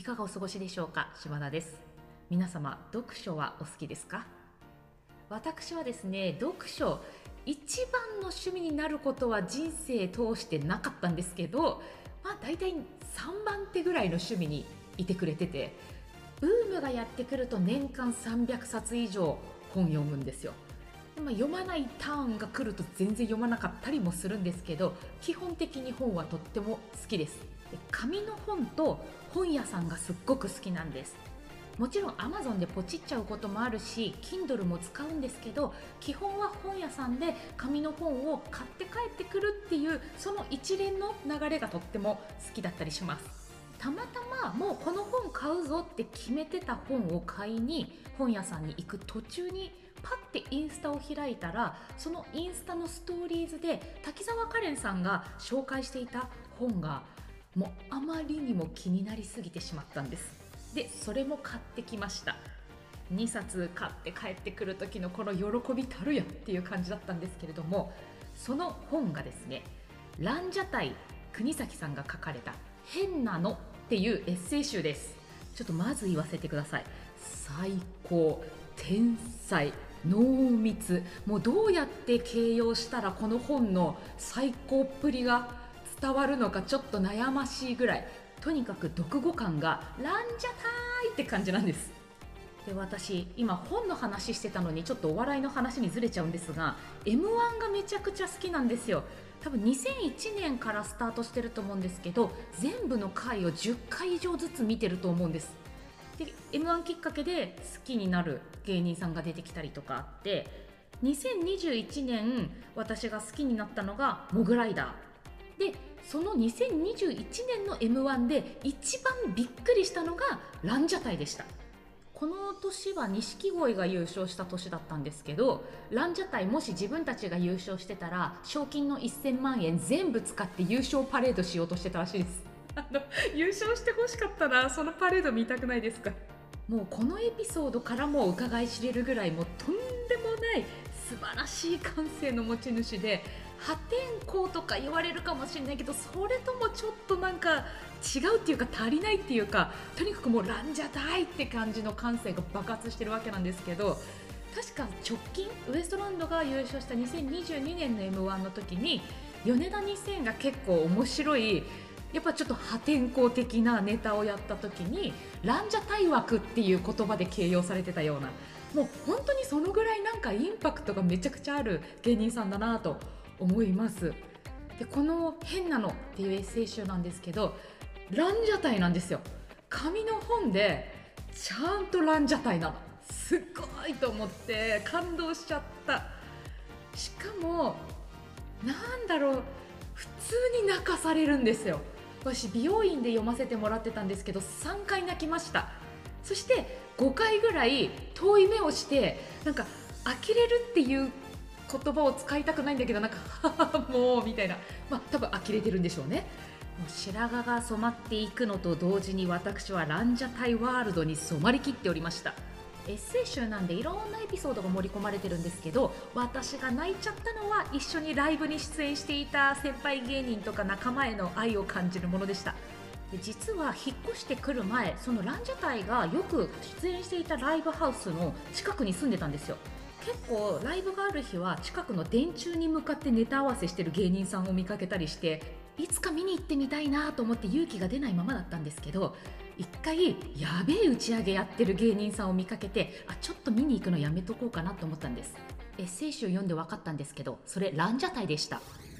かがお過ごしでしょうか。島田です。皆様、読書はお好きですか？私はですね、読書一番の趣味になることは人生通してなかったんですけど、だいたい3番手ぐらいの趣味にいてくれてて、ブームがやってくると年間300冊以上本読むんですよ。読まないターンが来ると全然読まなかったりもするんですけど、基本的に本はとっても好きです。で、紙の本と本屋さんがすっごく好きなんです。もちろん Amazon でポチっちゃうこともあるし Kindle も使うんですけど、基本は本屋さんで紙の本を買って帰ってくるっていう、その一連の流れがとっても好きだったりします。たまたまもうこの本買うぞって決めてた本を買いに本屋さんに行く途中にパッてインスタを開いたら、そのインスタのストーリーズで滝沢カレンさんが紹介していた本がもうあまりにも気になりすぎてしまったんです。で、それも買ってきました。2冊買って帰ってくる時のこの喜びたるやっていう感じだったんですけれども、その本がですね、ランジャタイ国崎さんが書かれた変なのっていうエッセイ集です。ちょっとまず言わせてください。最高、天才、濃密、もうどうやって形容したらこの本の最高っぷりが伝わるのかちょっと悩ましいぐらい、とにかく読後感がランジャタイって感じなんです。で、私今本の話してたのにちょっとお笑いの話にずれちゃうんですが、 M1 がめちゃくちゃ好きなんですよ。多分2001年からスタートしてると思うんですけど、全部の回を10回以上ずつ見てると思うんです。で、 M1 きっかけで好きになる芸人さんが出てきたりとかあって、2021年私が好きになったのがモグライダーで、その2021年の M1 で一番びっくりしたのがランジャタイでした。この年は錦鯉が優勝した年だったんですけど、ランジャタイもし自分たちが優勝してたら賞金の1000万円全部使って優勝パレードしようとしてたらしいです。優勝してほしかったな。そのパレード見たくないですか？もうこのエピソードからも伺い知れるぐらい、もうとんでもない素晴らしい感性の持ち主で、破天荒とか言われるかもしれないけど、それともちょっとなんか違うっていうか足りないっていうか、とにかくもうランジャタイって感じの感性が爆発してるわけなんですけど、確か直近ウエストランドが優勝した2022年の M1 の時に米田2000が結構面白い、やっぱちょっと破天荒的なネタをやった時にランジャタイ枠っていう言葉で形容されてたような、もう本当にそのぐらいなんかインパクトがめちゃくちゃある芸人さんだなと思います。で、この変なのっていうエッセイ集なんですけど、ランジャタイなんですよ。紙の本でちゃんとランジャタイなの。すごいと思って感動しちゃった。しかもなんだろう、普通に泣かされるんですよ。私美容院で読ませてもらってたんですけど3回泣きました。そして5回ぐらい遠い目をして、なんか呆れるっていう言葉を使いたくないんだけど、なんかもうみたいな、多分呆れてるんでしょうね。もう白髪が染まっていくのと同時に私はランジャタイワールドに染まりきっておりました。エッセイ集なんでいろんなエピソードが盛り込まれてるんですけど、私が泣いちゃったのは一緒にライブに出演していた先輩芸人とか仲間への愛を感じるものでした。で、実は引っ越してくる前、そのランジャタイがよく出演していたライブハウスの近くに住んでたんですよ。結構ライブがある日は近くの電柱に向かってネタ合わせしてる芸人さんを見かけたりして、いつか見に行ってみたいなと思って勇気が出ないままだったんですけど、一回やべえ打ち上げやってる芸人さんを見かけて、ちょっと見に行くのやめとこうかなと思ったんです。エッセイ集読んで分かったんですけど、それランジャタイでした。